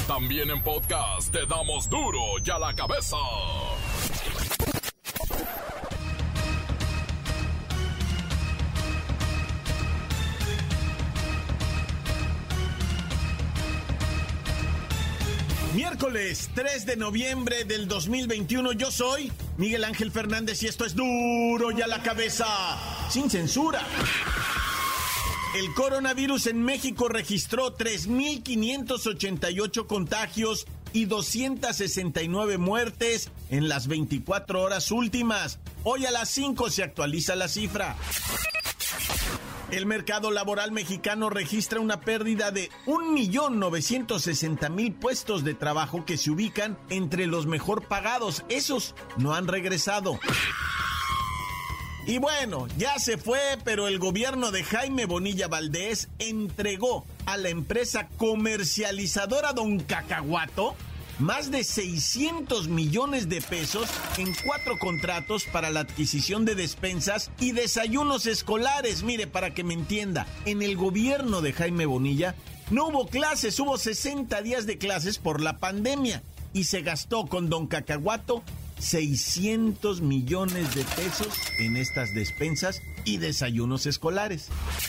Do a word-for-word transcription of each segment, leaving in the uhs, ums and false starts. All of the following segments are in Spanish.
También en podcast te damos duro y a la cabeza. Miércoles tres de noviembre del dos mil veintiuno, yo soy Miguel Ángel Fernández y esto es Duro y a la Cabeza, sin censura. El coronavirus en México registró tres mil quinientos ochenta y ocho contagios y doscientas sesenta y nueve muertes en las veinticuatro horas últimas. Hoy a las cinco se actualiza la cifra. El mercado laboral mexicano registra una pérdida de un millón novecientos sesenta mil puestos de trabajo que se ubican entre los mejor pagados. Esos no han regresado. Y bueno, ya se fue, pero el gobierno de Jaime Bonilla Valdés entregó a la empresa comercializadora Don Cacahuato más de seiscientos millones de pesos en cuatro contratos para la adquisición de despensas y desayunos escolares. Mire, para que me entienda, en el gobierno de Jaime Bonilla no hubo clases, hubo sesenta días de clases por la pandemia y se gastó con Don Cacahuato seiscientos millones de pesos en estas despensas y desayunos escolares.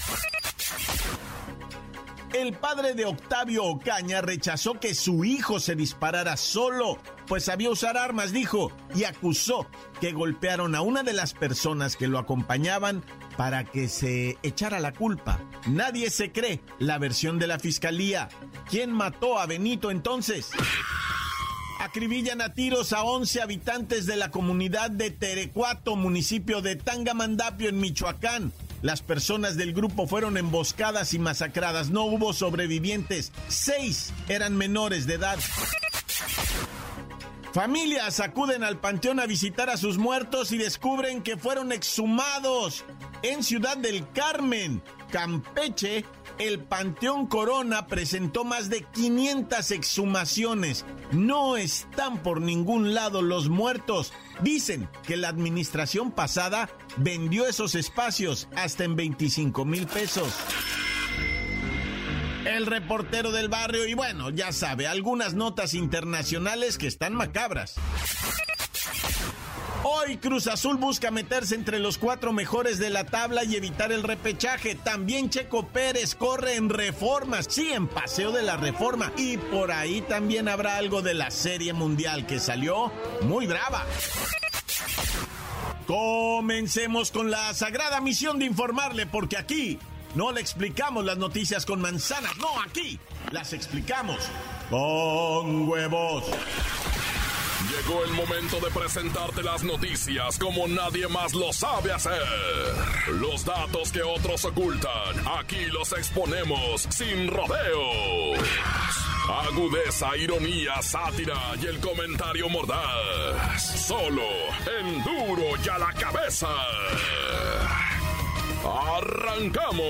El padre de Octavio Ocaña rechazó que su hijo se disparara solo, pues sabía usar armas, dijo, y acusó que golpearon a una de las personas que lo acompañaban para que se echara la culpa. Nadie se cree la versión de la fiscalía. ¿Quién mató a Benito entonces? Acribillan a tiros a once habitantes de la comunidad de Terecuato, municipio de Tangamandapio, en Michoacán. Las personas del grupo fueron emboscadas y masacradas. No hubo sobrevivientes. Seis eran menores de edad. Familias acuden al panteón a visitar a sus muertos y descubren que fueron exhumados. En Ciudad del Carmen, Campeche, el Panteón Corona presentó más de quinientas exhumaciones. No están por ningún lado los muertos. Dicen que la administración pasada vendió esos espacios hasta en veinticinco mil pesos. El reportero del barrio y bueno, ya sabe, algunas notas internacionales que están macabras. Hoy Cruz Azul busca meterse entre los cuatro mejores de la tabla y evitar el repechaje. También Checo Pérez corre en Reformas, sí, en Paseo de la Reforma. Y por ahí también habrá algo de la Serie Mundial que salió muy brava. Comencemos con la sagrada misión de informarle, porque aquí no le explicamos las noticias con manzanas, no, aquí las explicamos con huevos. Llegó el momento de presentarte las noticias como nadie más lo sabe hacer. Los datos que otros ocultan, aquí los exponemos sin rodeos. Agudeza, ironía, sátira y el comentario mordaz. Solo en Duro y a la Cabeza. ¡Arrancamos!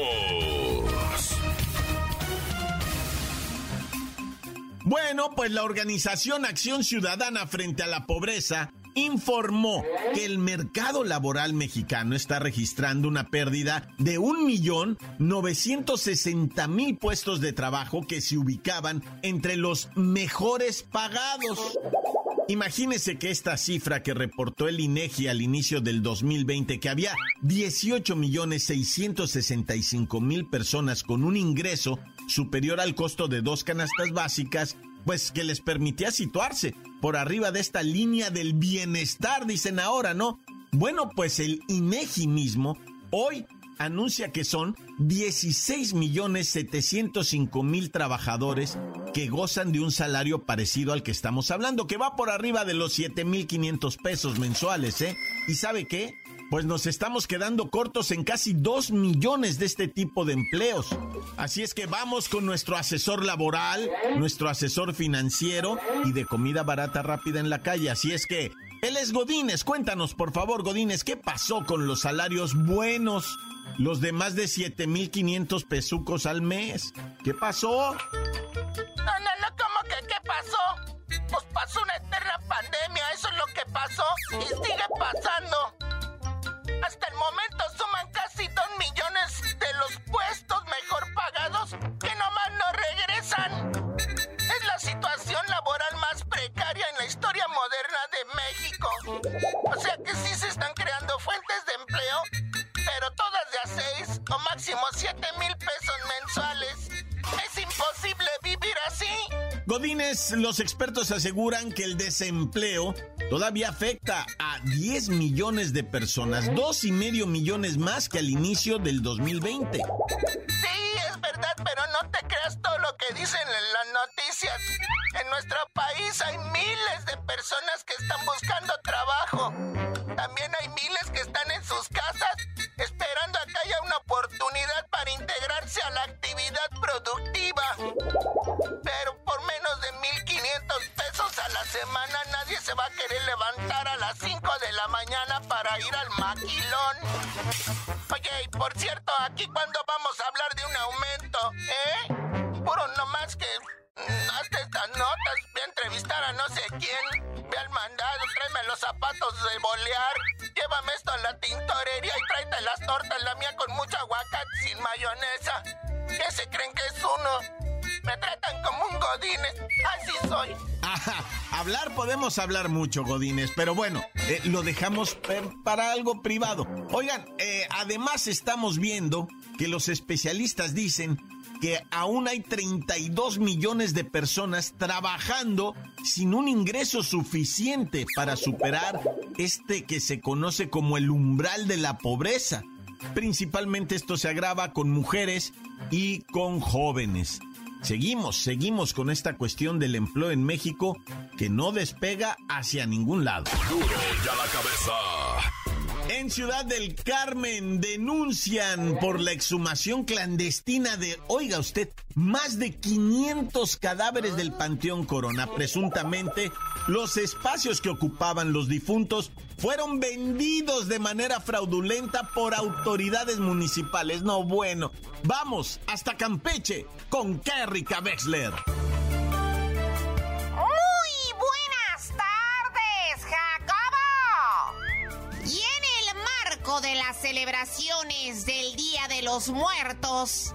Bueno, pues la organización Acción Ciudadana frente a la Pobreza informó que el mercado laboral mexicano está registrando una pérdida de un millón novecientos sesenta mil puestos de trabajo que se ubicaban entre los mejores pagados. Imagínese que esta cifra que reportó el INEGI al inicio del dos mil veinte, que había dieciocho millones seiscientos sesenta y cinco mil personas con un ingreso superior al costo de dos canastas básicas, pues que les permitía situarse por arriba de esta línea del bienestar, dicen ahora, ¿no? Bueno, pues el INEGI mismo hoy anuncia que son dieciséis millones setecientos cinco mil trabajadores que gozan de un salario parecido al que estamos hablando, que va por arriba de los siete mil quinientos pesos mensuales, ¿eh? ¿Y sabe qué? Pues nos estamos quedando cortos en casi dos millones de este tipo de empleos. Así es que vamos con nuestro asesor laboral, nuestro asesor financiero y de comida barata rápida en la calle. Así es que él es Godínez. Cuéntanos, por favor, Godínez, ¿qué pasó con los salarios buenos? Los de más de siete mil quinientos pesucos al mes. ¿Qué pasó? No, no, no, ¿cómo que qué pasó? Pues pasó una eterna pandemia, eso es lo que pasó y sigue pasando. Hasta el momento suman casi dos millones de los puestos mejor pagados que nomás no regresan. Es la situación Godínez, los expertos aseguran que el desempleo todavía afecta a diez millones de personas, dos y medio millones más que al inicio del dos mil veinte. Sí, es verdad, pero no te creas todo lo que dicen en las noticias. En nuestro país hay miles de personas que están buscando trabajo. También hay miles que están en sus casas esperando a que haya una oportunidad para integrarse a la actividad productiva. Pero por menos de mil quinientos pesos a la semana nadie se va a querer levantar a las cinco de la mañana para ir al maquilón. Oye, y por cierto, ¿aquí cuándo vamos a hablar de un aumento? ¿Eh? Puro nomás que... Hazte estas notas, voy a entrevistar a no sé quién. Ve al mandado, tráeme los zapatos de bolear. Llévame esto a la tintorería y tráete las tortas, la mía con mucho aguacate sin mayonesa. ¿Qué se creen que es uno? Me tratan como un godínez, así soy. Ajá, hablar podemos hablar mucho, godínez, pero bueno, eh, lo dejamos eh, para algo privado. Oigan, eh, además estamos viendo que los especialistas dicen que aún hay treinta y dos millones de personas trabajando sin un ingreso suficiente para superar este que se conoce como el umbral de la pobreza. Principalmente esto se agrava con mujeres y con jóvenes. Seguimos, seguimos con esta cuestión del empleo en México que no despega hacia ningún lado. Duro ya la cabeza. En Ciudad del Carmen denuncian por la exhumación clandestina de, oiga usted, más de quinientos cadáveres del Panteón Corona. Presuntamente, los espacios que ocupaban los difuntos fueron vendidos de manera fraudulenta por autoridades municipales. No, bueno, vamos hasta Campeche con Kerrika Wexler. De las celebraciones del Día de los Muertos,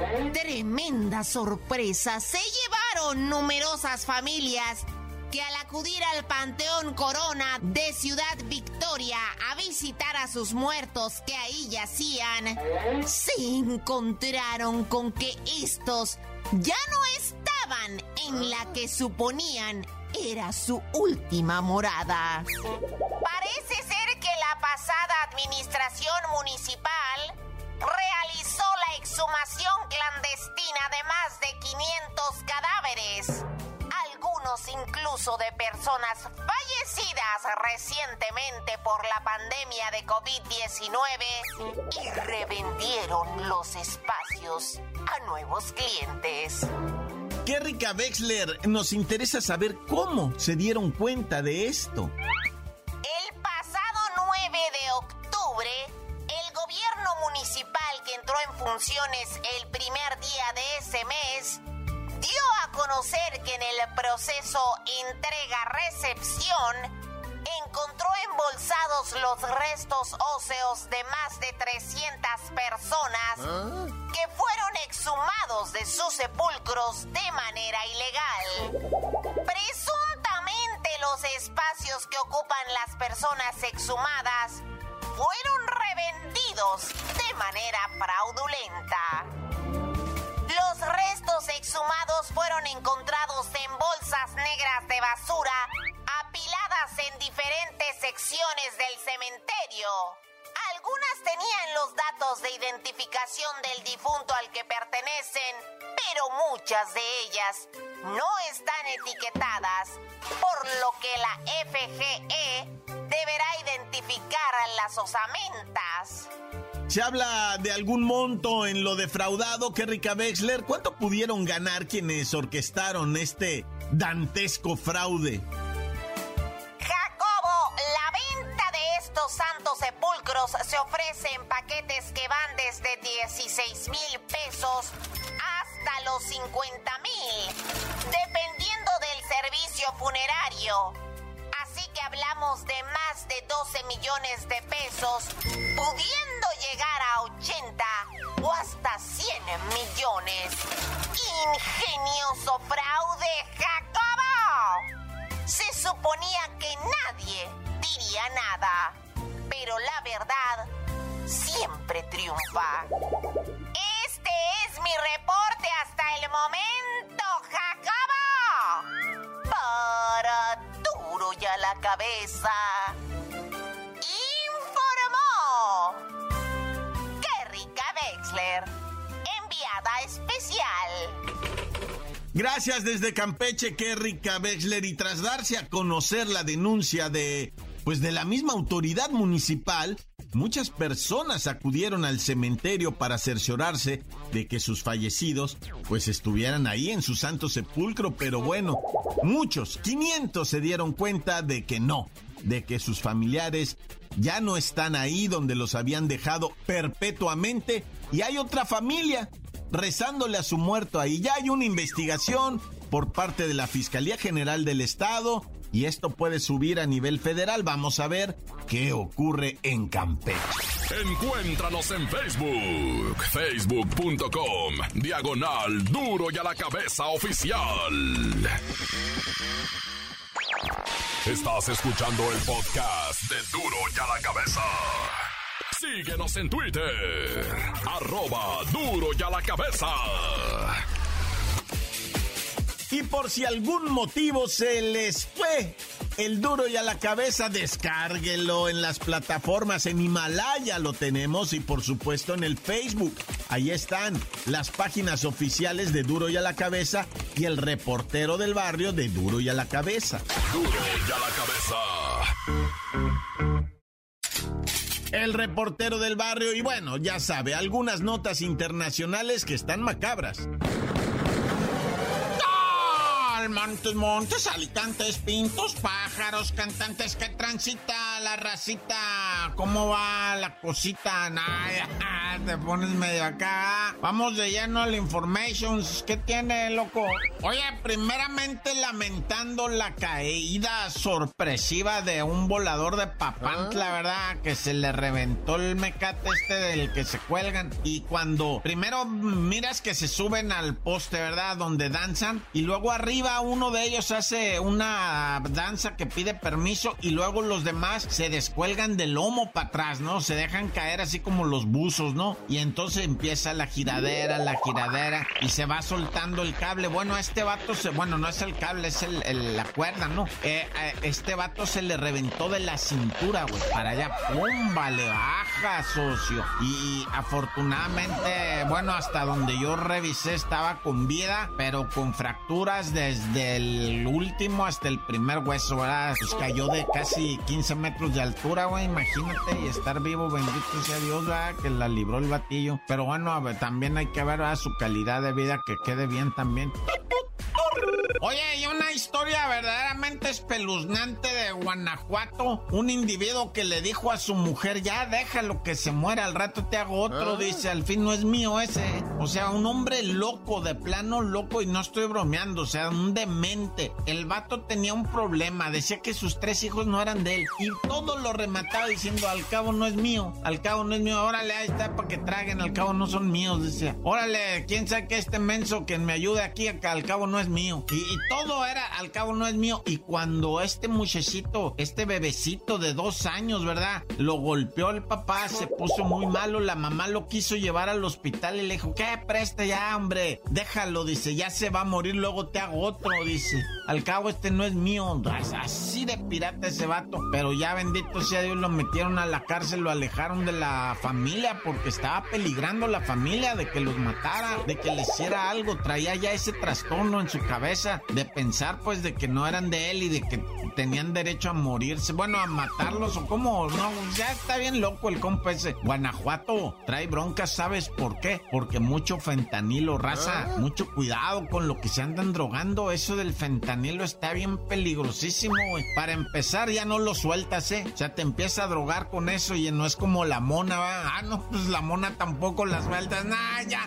tremenda sorpresa se llevaron numerosas familias que al acudir al Panteón Corona de Ciudad Victoria a visitar a sus muertos que ahí yacían, se encontraron con que estos ya no estaban en la que suponían era su última morada. Parece ser que la pasada administración municipal realizó la exhumación clandestina de más de quinientos cadáveres, algunos incluso de personas fallecidas recientemente por la pandemia de covid diecinueve, y revendieron los espacios a nuevos clientes. Kerrika Wexler, nos interesa saber cómo se dieron cuenta de esto. El pasado nueve de octubre, el gobierno municipal que entró en funciones el primer día de ese mes dio a conocer que en el proceso entrega-recepción encontró embolsados los restos óseos de más de trescientas personas ¿Ah? que fueron exhumados de sus sepulcros de manera ilegal. Presuntamente los espacios que ocupan las personas exhumadas fueron revendidos de manera fraudulenta. Los restos exhumados fueron encontrados en bolsas negras de basura apiladas en diferentes secciones del cementerio. Algunas tenían los datos de identificación del difunto al que pertenecen, pero muchas de ellas no están etiquetadas, por lo que la F G E deberá identificar a las osamentas. Se habla de algún monto en lo defraudado, Kerrika Wexler. ¿Cuánto pudieron ganar quienes orquestaron este dantesco fraude? Jacobo, la venta de estos santos sepulcros se ofrece en paquetes que van desde dieciséis mil pesos hasta los cincuenta mil, dependiendo del servicio funerario. Así que hablamos de más de doce millones de pesos, pudiendo llegar a ochenta o hasta cien millones. ¡Ingenioso fraude, Jacobo! Se suponía que nadie diría nada, pero la verdad siempre triunfa. Este es mi reporte hasta el momento, Jacobo. Cabeza informó Kerrika Wexler, enviada especial. Gracias desde Campeche, Kerrika Wexler. Y tras darse a conocer la denuncia de, pues de la misma autoridad municipal, muchas personas acudieron al cementerio para cerciorarse de que sus fallecidos pues estuvieran ahí en su santo sepulcro, pero bueno, muchos, quinientos se dieron cuenta de que no, de que sus familiares ya no están ahí donde los habían dejado perpetuamente y hay otra familia rezándole a su muerto ahí. Ya hay una investigación por parte de la Fiscalía General del Estado y esto puede subir a nivel federal. Vamos a ver qué ocurre en Campeche. Encuéntranos en Facebook, facebook punto com, diagonal Duro y a la Cabeza Oficial. Estás escuchando el podcast de Duro y a la Cabeza. Síguenos en Twitter, arroba Duro y a la Cabeza. Y por si algún motivo se les fue el Duro y a la Cabeza, descárguelo en las plataformas. En Himalaya lo tenemos y por supuesto en el Facebook. Ahí están las páginas oficiales de Duro y a la Cabeza y el reportero del barrio de Duro y a la Cabeza. Duro y a la Cabeza. El reportero del barrio y bueno, ya sabe, algunas notas internacionales que están macabras. Montes, montes, alicantes, pintos, pájaros, cantantes que transita la racita. ¿Cómo va la cosita? Ay, te pones medio acá. Vamos de lleno a la information. ¿Qué tiene, loco? Oye, primeramente lamentando la caída sorpresiva de un volador de Papantla, ¿Ah? ¿verdad? Que se le reventó el mecate este del que se cuelgan. Y cuando primero miras que se suben al poste, ¿verdad? Donde danzan. Y luego arriba uno de ellos hace una danza que pide permiso y luego los demás se descuelgan del lomo para atrás, ¿no? Se dejan caer así como los buzos, ¿no? Y entonces empieza la giradera, la giradera y se va soltando el cable. Bueno, a este vato se... Bueno, no es el cable, es el, el, la cuerda, ¿no? Eh, eh, este vato se le reventó de la cintura, güey, para allá. ¡Pum! Vale, baja, socio. Y, y afortunadamente, bueno, hasta donde yo revisé estaba con vida, pero con fracturas desde del último hasta el primer hueso, ¿verdad? Pues cayó de casi quince metros de altura, güey, imagínate, y estar vivo, bendito sea Dios, ¿verdad? Que la libró el batillo. Pero bueno, a ver, también hay que ver, ¿verdad? Su calidad de vida, que quede bien también. Oye, y una historia verdaderamente espeluznante de Guanajuato. Un individuo que le dijo a su mujer, ya déjalo que se muera, al rato te hago otro, dice, al fin no es mío ese. O sea, un hombre loco, de plano loco, y no estoy bromeando, o sea, un demente. El vato tenía un problema, decía que sus tres hijos no eran de él, y todo lo remataba diciendo, al cabo no es mío, al cabo no es mío, órale, ahí está para que traguen, al cabo no son míos, decía. Órale, quién sabe que este menso que me ayude aquí, acá, al cabo no es mío. Y, y todo era, al cabo no es mío. Y cuando este muchachito, este bebecito de dos años, ¿verdad? Lo golpeó el papá, se puso muy malo, la mamá lo quiso llevar al hospital y le dijo, ¿qué? Presta ya, hombre, déjalo, dice, ya se va a morir, luego te hago otro, dice. Al cabo este no es mío. Así de pirata ese vato. Pero ya, bendito sea Dios, lo metieron a la cárcel, lo alejaron de la familia porque estaba peligrando la familia de que los matara, de que le hiciera algo. Traía ya ese trastorno en su cabeza de pensar pues de que no eran de él y de que tenían derecho a morirse, bueno, a matarlos o cómo, no, ya está bien loco el compa ese. Guanajuato trae broncas, ¿sabes por qué? Porque mucho fentanilo, raza, mucho cuidado con lo que se andan drogando, eso del fentanilo está bien peligrosísimo, güey. Para empezar ya no lo sueltas, ¿eh? O sea, te empieza a drogar con eso y no es como la mona, ¿va? Ah, no, pues la mona tampoco las sueltas, nah, ya.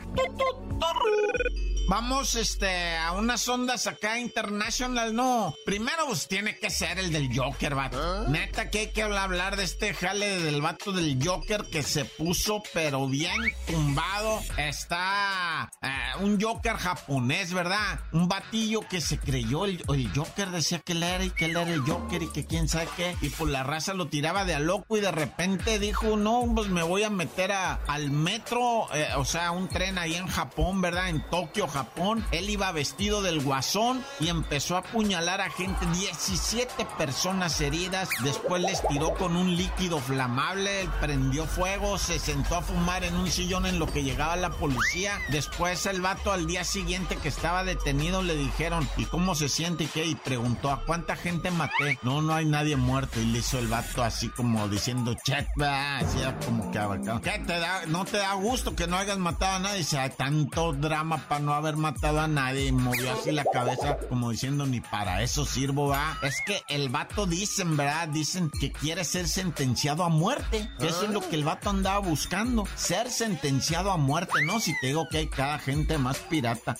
Vamos, este, a unas ondas acá international, no. Primero, pues, tiene que ser el del Joker, vato. ¿Ah? Neta, que hay que hablar de este jale del vato del Joker que se puso, pero bien tumbado. Está, eh, un Joker japonés, ¿verdad? Un batillo que se creyó, el, el Joker decía que él era y que él era el Joker y que quién sabe qué. Y pues la raza lo tiraba de a loco y de repente dijo, no, pues me voy a meter a, al metro, eh, o sea, un tren ahí en Japón, ¿verdad? En Tokio, Japón. Él iba vestido del Guasón y empezó a apuñalar a gente, diecisiete personas heridas. Después les tiró con un líquido flamable, prendió fuego, se sentó a fumar en un sillón en lo que llegaba la policía. Después el vato al día siguiente que estaba detenido le dijeron, ¿y cómo se siente y qué? Y preguntó, ¿a cuánta gente maté? No, no hay nadie muerto. Y le hizo el vato así como diciendo, chet, va, así como que abarcado. ¿Qué te da? ¿No te da gusto que no hayas matado a nadie? O sea, tanto drama para no haber matado a nadie. Y movió así la cabeza como diciendo, ni para eso sirvo, va. Es que el vato dicen, ¿verdad? Dicen que quiere ser sentenciado a muerte. Que eso es lo que el vato andaba buscando. Ser sentenciado a muerte, ¿no? Si te digo que hay cada gente más pirata.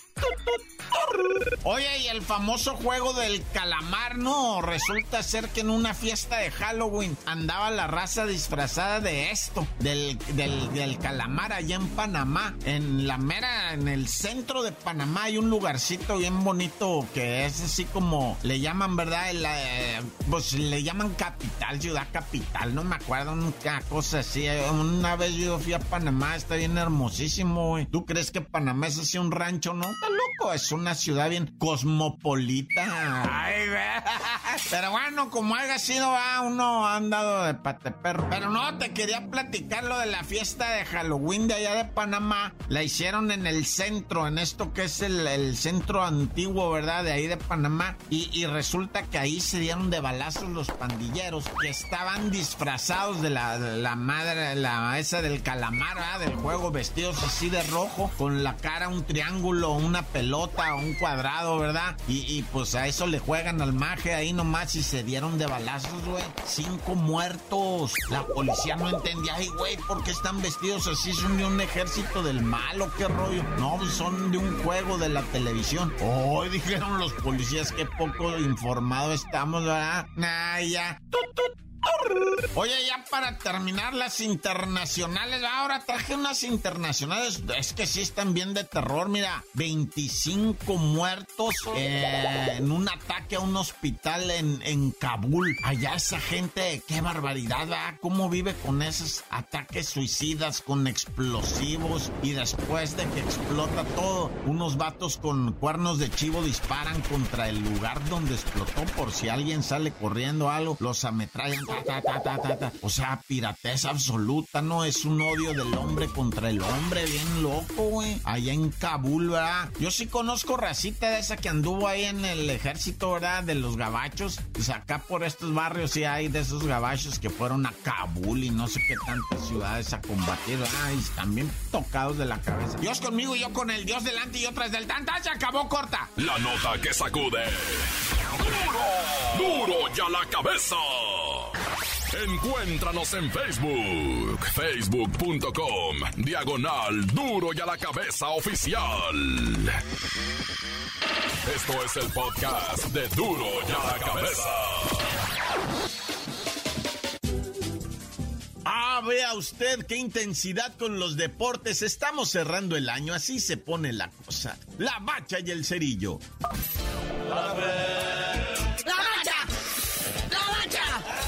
Oye, y el famoso juego del calamar, ¿no? Resulta ser que en una fiesta de Halloween andaba la raza disfrazada de esto, del, del, del calamar allá en Panamá. En la mera, en el centro de Panamá hay un lugarcito bien bonito que es así como, le llaman, ¿verdad? El, eh, pues le llaman capital, ciudad capital, no me acuerdo, una cosa así. Una vez yo fui a Panamá, está bien hermosísimo, güey. ¿Tú crees que Panamá es así un rancho, no? Está loco, es una ciudad bien cosmopolita. Ay, güey. Pero bueno, como haya sido, ah, uno ha andado de pateperro. Pero no, te quería platicar lo de la fiesta de Halloween de allá de Panamá. La hicieron en el centro, en esto que es el, el centro antiguo, ¿verdad? De ahí de Panamá. Y, y resulta que ahí se dieron de balazos los pandilleros que estaban disfrazados de la, de la madre, la esa del calamar, ¿verdad? Del juego, vestidos así de rojo, con la cara un triángulo, una pelota, un cuadrado, ¿verdad? Y, y pues a eso le juegan al maje ahí nomás y se dieron de balazos, güey. Cinco muertos. La policía no entendía, ay, güey, ¿por qué están vestidos así? ¿Son de un ejército del mal o qué rollo? No, son de un juego de la televisión. Oh, dijeron los policías, qué poco informados estamos, ¿verdad? Nah, ya. Tut, tut. Oye, ya para terminar las internacionales, ahora traje unas internacionales, es que sí están bien de terror, mira, veinticinco muertos eh, en un ataque a un hospital en, en Kabul. Allá esa gente, qué barbaridad, ¿verdad? ¿Cómo vive con esos ataques suicidas, con explosivos? Y después de que explota todo, unos vatos con cuernos de chivo disparan contra el lugar donde explotó por si alguien sale corriendo algo, los ametrallan. Ta, ta, ta, ta, ta. O sea, pirateza absoluta, ¿no? Es un odio del hombre contra el hombre, bien loco, güey. Allá en Kabul, ¿verdad? Yo sí conozco racita de esa que anduvo ahí en el ejército, ¿verdad? De los gabachos. Pues acá por estos barrios sí hay de esos gabachos que fueron a Kabul y no sé qué tantas ciudades a combatir, ¿verdad? Y están bien tocados de la cabeza. Dios conmigo y yo con el Dios delante y yo tras del tanta. Se acabó, corta. La nota que sacude. ¡Duro! ¡Duro ya la cabeza! Encuéntranos en Facebook, facebook punto com, diagonal Duro y a la Cabeza Oficial. Esto es el podcast de Duro y a la Cabeza. Ah, vea usted qué intensidad con los deportes. Estamos cerrando el año, así se pone la cosa. La Bacha y el Cerillo. ¡La Bacha! ¡La Bacha! ¡La Bacha!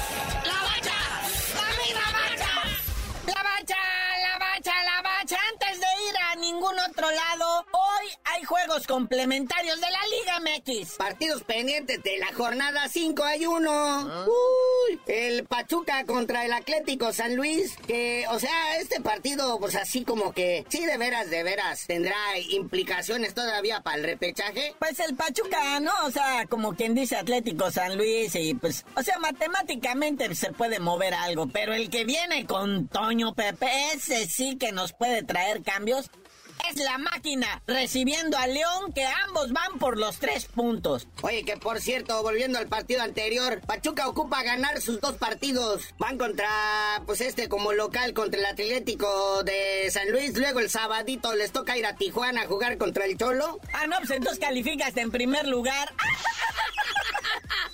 ¡La Bacha! ¡La Bacha! ¡La Bacha! Antes de ir a ningún otro lado, hoy hay juegos complementarios de la Liga M X. Partidos pendientes de la jornada cinco hay uno. ¿Ah? Uy, el Pachuca contra el Atlético San Luis, que, o sea, este partido, pues así como que, sí, de veras, de veras, tendrá implicaciones todavía para el repechaje. Pues el Pachuca, ¿no? O sea, como quien dice Atlético San Luis y pues, o sea, matemáticamente se puede mover algo, pero el que viene con Toño Pepe, ese sí que nos puede traer cambios. Es la Máquina recibiendo a León, que ambos van por los tres puntos. Oye, que por cierto, volviendo al partido anterior, Pachuca ocupa ganar sus dos partidos. Van contra, pues este como local contra el Atlético de San Luis. Luego el sabadito les toca ir a Tijuana a jugar contra el Cholo. Ah, no, pues entonces calificas en primer lugar.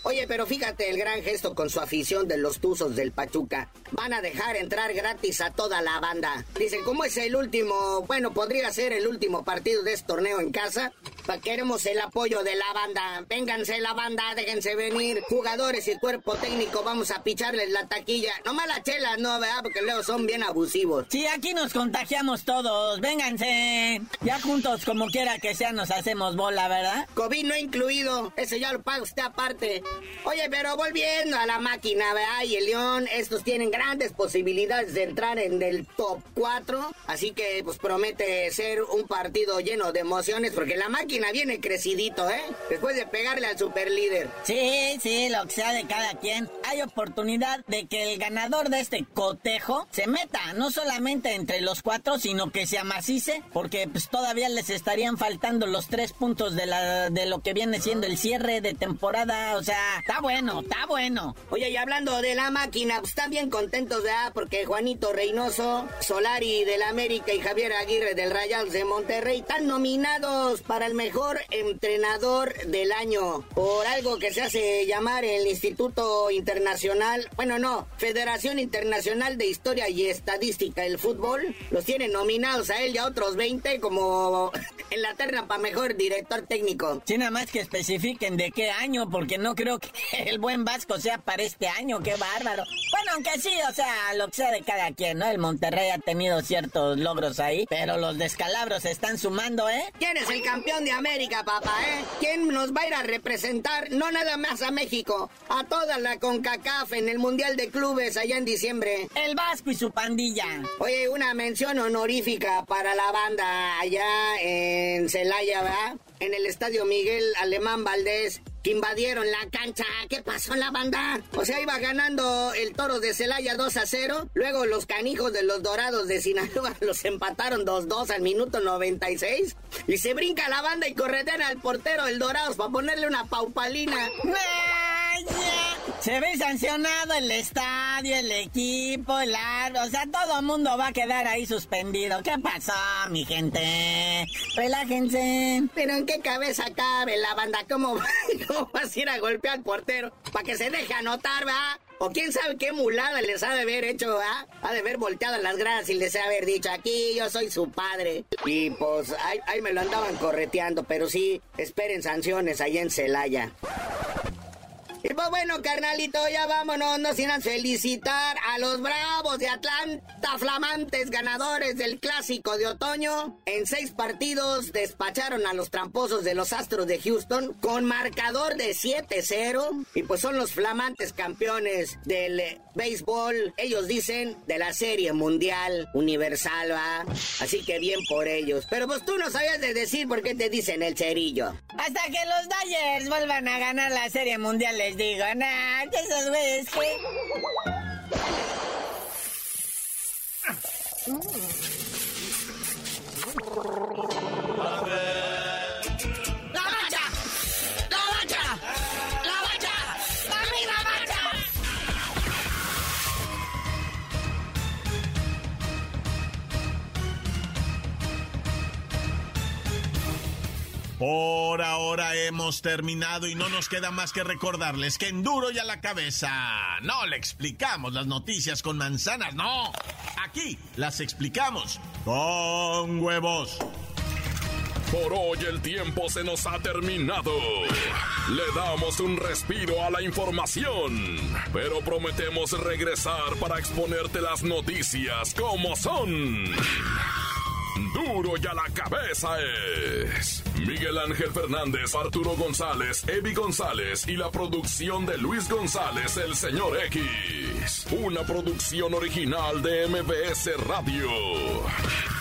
Oye, pero fíjate el gran gesto con su afición de los Tuzos del Pachuca. Van a dejar entrar gratis a toda la banda. Dicen, ¿cómo es el último? Bueno, podría ser el último partido de este torneo en casa. Pa' queremos el apoyo de la banda. Vénganse la banda, déjense venir. Jugadores y cuerpo técnico, vamos a picharles la taquilla. Nomás las chelas, no, ¿verdad? Porque luego son bien abusivos. Sí, aquí nos contagiamos todos. Vénganse. Ya juntos, como quiera que sea, nos hacemos bola, ¿verdad? COVID no incluido. Eso ya lo paga usted aparte. Oye, pero volviendo a la máquina, ¿verdad? Y el León, estos tienen grandes posibilidades de entrar en el top cuatro. Así que, pues, promete ser un partido lleno de emociones. Porque la máquina viene crecidito, ¿eh? Después de pegarle al superlíder. Sí, sí, lo que sea de cada quien. Hay oportunidad de que el ganador de este cotejo se meta, no solamente entre los cuatro, sino que se amacice, porque pues todavía les estarían faltando los tres puntos de la de lo que viene siendo el cierre de temporada. O sea, está bueno, está bueno. Oye, y hablando de la máquina, pues están bien contentos, ¿verdad? Porque Juanito Reynoso, Solari del América y Javier Aguirre del Rayados de Monterrey están nominados para el mejor entrenador del año por algo que se hace llamar el Instituto Internacional, bueno no, Federación Internacional de Historia y Estadística del Fútbol. Los tienen nominados a él y a otros veinte como en la terna para mejor director técnico. Sí, nada más que especifiquen de qué año, porque no creo que el buen Vasco sea para este año, qué bárbaro. Bueno, aunque sí, o sea, lo que sea de cada quien, ¿no? El Monterrey ha tenido ciertos logros ahí, pero los descalabros se están sumando, ¿eh? ¿Quién es el campeón de América, papá, eh? ¿Quién nos va a ir a representar? No nada más a México, a toda la CONCACAF en el Mundial de Clubes allá en diciembre. El Vasco y su pandilla. Oye, una mención honorífica para la banda allá en Celaya, ¿verdad? En el estadio Miguel Alemán Valdés, que invadieron la cancha. ¿Qué pasó en la banda? O sea, iba ganando el Toros de Celaya dos a cero. Luego los canijos de los Dorados de Sinaloa los empataron dos dos al minuto noventa y seis. Y se brinca la banda y corretea al portero del Dorados para ponerle una paupalina. Se ve sancionado el estadio, el equipo, el árbitro, o sea, todo el mundo va a quedar ahí suspendido. ¿Qué pasó, mi gente? Relájense. Pero ¿en qué cabeza cabe la banda? ¿Cómo, cómo vas a ir a golpear al portero? Para que se deje anotar, ¿verdad? O quién sabe qué mulada les ha de haber hecho, ¿verdad? Ha de haber volteado las gradas y les ha de haber dicho, aquí yo soy su padre. Y pues ahí, ahí me lo andaban correteando, pero sí, esperen sanciones allá en Celaya. Y pues bueno, carnalito, ya vámonos, no sin felicitar a los Bravos de Atlanta, flamantes ganadores del Clásico de Otoño. En seis partidos despacharon a los tramposos de los Astros de Houston con marcador de siete cero. Y pues son los flamantes campeones del eh, béisbol, ellos dicen, de la Serie Mundial Universal, ¿va? Así que bien por ellos. Pero pues tú no sabías de decir por qué te dicen el cerillo. Hasta que los Dodgers vuelvan a ganar la Serie Mundial, les digo, nah, que esos güeyes que... ¡La mancha! ¡La mancha! ¡La mancha! ¡La mancha! Por ahora hemos terminado y no nos queda más que recordarles que en Duro y a la Cabeza no le explicamos las noticias con manzanas, no. Aquí las explicamos con huevos. Por hoy el tiempo se nos ha terminado. Le damos un respiro a la información, pero prometemos regresar para exponerte las noticias como son. Duro y a la Cabeza es Miguel Ángel Fernández, Arturo González, Evi González y la producción de Luis González, el señor X. Una producción original de M B S Radio.